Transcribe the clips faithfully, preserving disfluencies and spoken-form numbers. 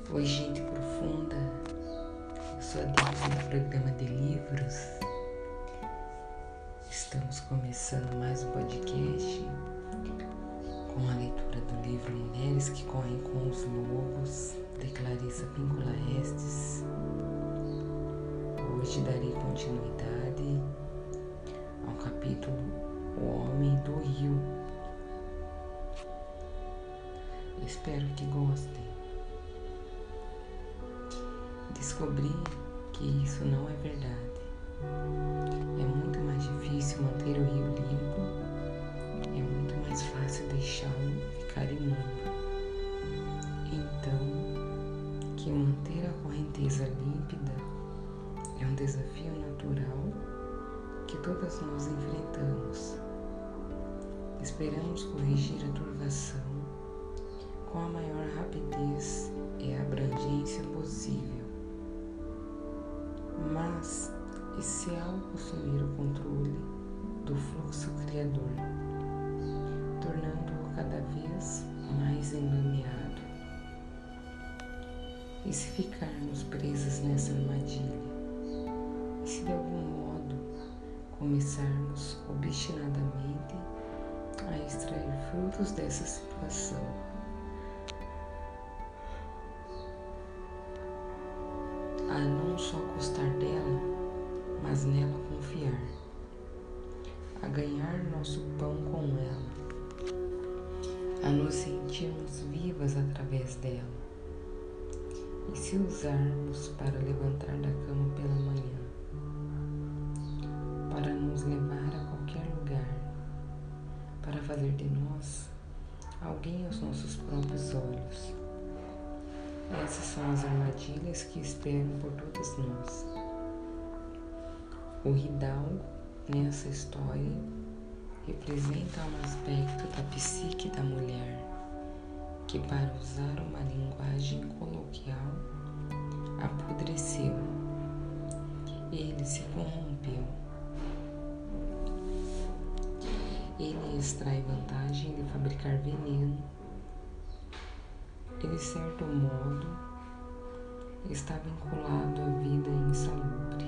Oi, gente profunda, eu sou a Deise do programa de livros. Estamos começando mais um podcast com a leitura do livro Mulheres que Correm com os Lobos, de Clarissa Pinkola Estes. Hoje darei continuidade ao capítulo O Homem do Rio. Espero que gostem. Descobri que isso não é verdade. É muito mais difícil manter o rio limpo, é muito mais fácil deixá-lo ficar imundo. Então, que manter a correnteza límpida é um desafio natural que todas nós enfrentamos. Esperamos corrigir a turvação com a maior rapidez e abrangência possível. Mas, e se algo assumir o controle do fluxo criador, tornando-o cada vez mais enlameado? E se ficarmos presas nessa armadilha? E se de algum modo começarmos obstinadamente a extrair frutos dessa situação? A não só gostar dela, mas nela confiar, a ganhar nosso pão com ela, a nos sentirmos vivas através dela, e se usarmos para levantar da cama pela manhã, para nos levar a qualquer lugar, para fazer de nós alguém aos nossos próprios olhos. Essas são as armadilhas que esperam por todas nós. O hidalgo, nessa história, representa um aspecto da psique da mulher que, para usar uma linguagem coloquial, apodreceu. Ele se corrompeu. Ele extrai vantagem de fabricar veneno. Ele, de certo modo, está vinculado à vida insalubre.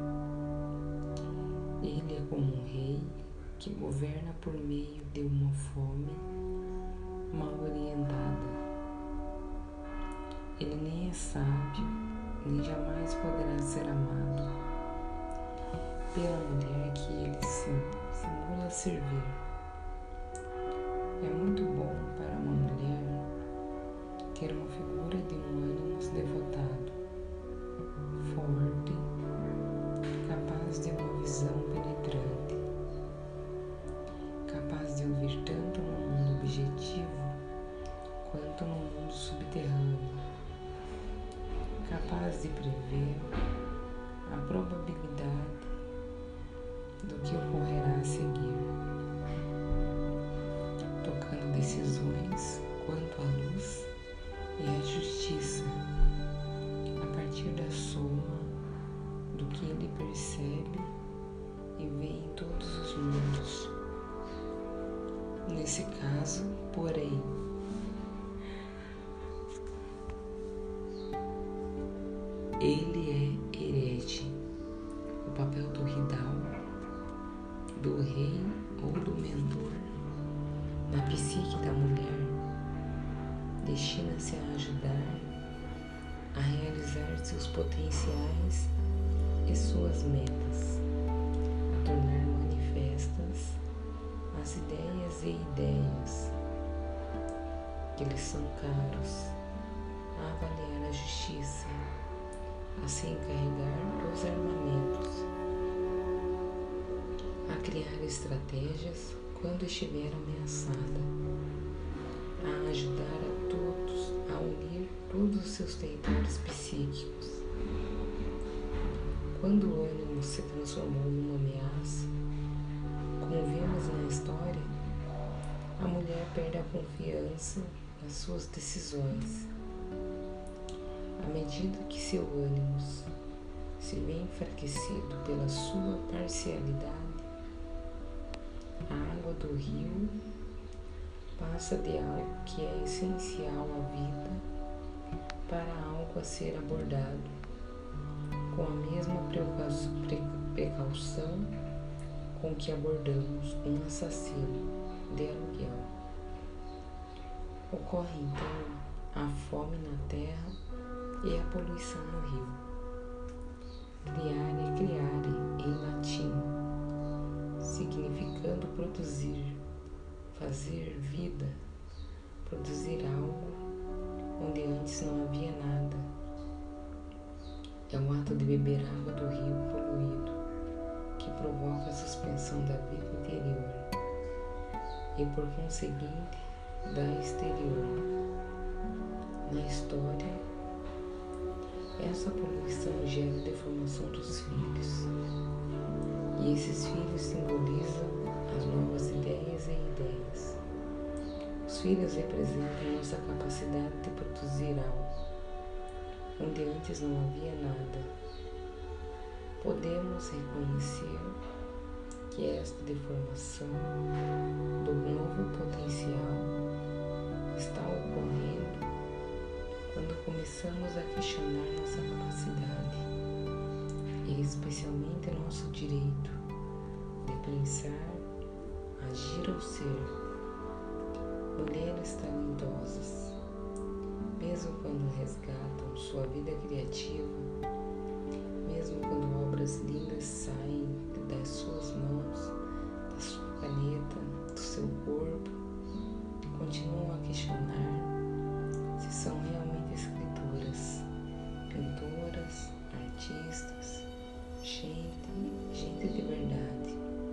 Ele é como um rei que governa por meio de uma fome mal orientada. Ele nem é sábio, nem jamais poderá ser amado pela mulher que ele simula servir. É muito bom para uma mulher ter uma figura de um ânimos devotado, forte, capaz de uma visão penetrante, capaz de ouvir tanto no mundo objetivo quanto no mundo subterrâneo, capaz de prever a probabilidade do que ocorrerá a seguir, tocando decisões quanto à luz e a justiça, a partir da soma do que ele percebe e vê em todos os mundos. Nesse caso, porém, ele é herege. O papel do hidalgo, do rei ou do mentor na psique da mulher destina-se a ajudar a realizar seus potenciais e suas metas, a tornar manifestas as ideias e ideias que lhes são caros, a avaliar a justiça, a se encarregar dos armamentos, a criar estratégias quando estiver ameaçada, a ajudar a todos a unir todos os seus territórios psíquicos. Quando o ânimo se transformou numa ameaça, como vemos na história, a mulher perde a confiança nas suas decisões. À medida que seu ânimo se vê enfraquecido pela sua parcialidade, a água do rio passa de algo que é essencial à vida para algo a ser abordado, com a mesma precaução com que abordamos um assassino de aluguel. Ocorre então a fome na terra e a poluição no rio. Criare, criare, em latim, significando produzir, fazer vida, produzir algo onde antes não havia nada. É o ato de beber água do rio poluído que provoca a suspensão da vida interior e, por conseguinte, da exterior. Na história, essa poluição gera a deformação dos filhos, e esses filhos simbolizam as novas ideias e ideias. Os filhos representam nossa capacidade de produzir algo, onde antes não havia nada. Podemos reconhecer que esta deformação do novo potencial está ocorrendo quando começamos a questionar nossa capacidade e especialmente nosso direito de pensar, agir ou ser. Mulheres talentosas, mesmo quando resgatam sua vida criativa, mesmo quando obras lindas saem das suas mãos, da sua caneta, do seu corpo, continuam a questionar se são realmente escritoras, pintoras, artistas, gente, gente de verdade.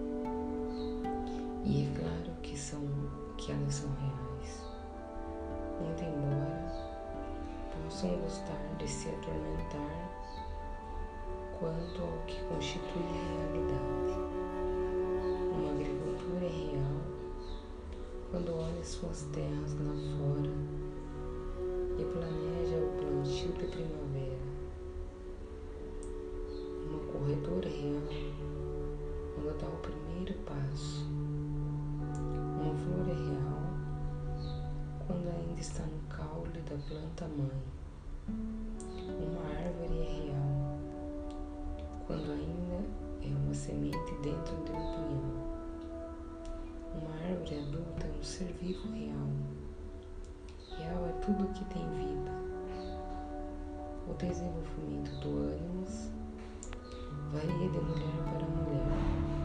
E é claro que são, que elas são reais, muito embora possam gostar de se atormentar quanto ao que constitui a realidade. Uma agricultura é real quando olha suas terras lá fora e planeja o plantio de primavera. Uma corredora é real quando dá o primeiro passo. Uma flor é real quando ainda está no caule da planta mãe. Uma árvore é real quando ainda é uma semente dentro de um pinhão. Uma árvore adulta é um ser vivo real. Real é tudo que tem vida. O desenvolvimento do ânimos varia de mulher para mulher.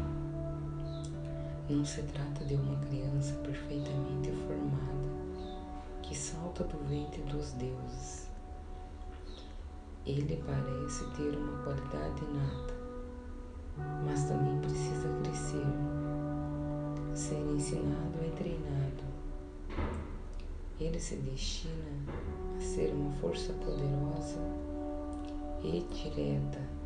Não se trata de uma criança perfeitamente formada que salta do ventre dos deuses. Ele parece ter uma qualidade inata, mas também precisa crescer, ser ensinado e treinado. Ele se destina a ser uma força poderosa e direta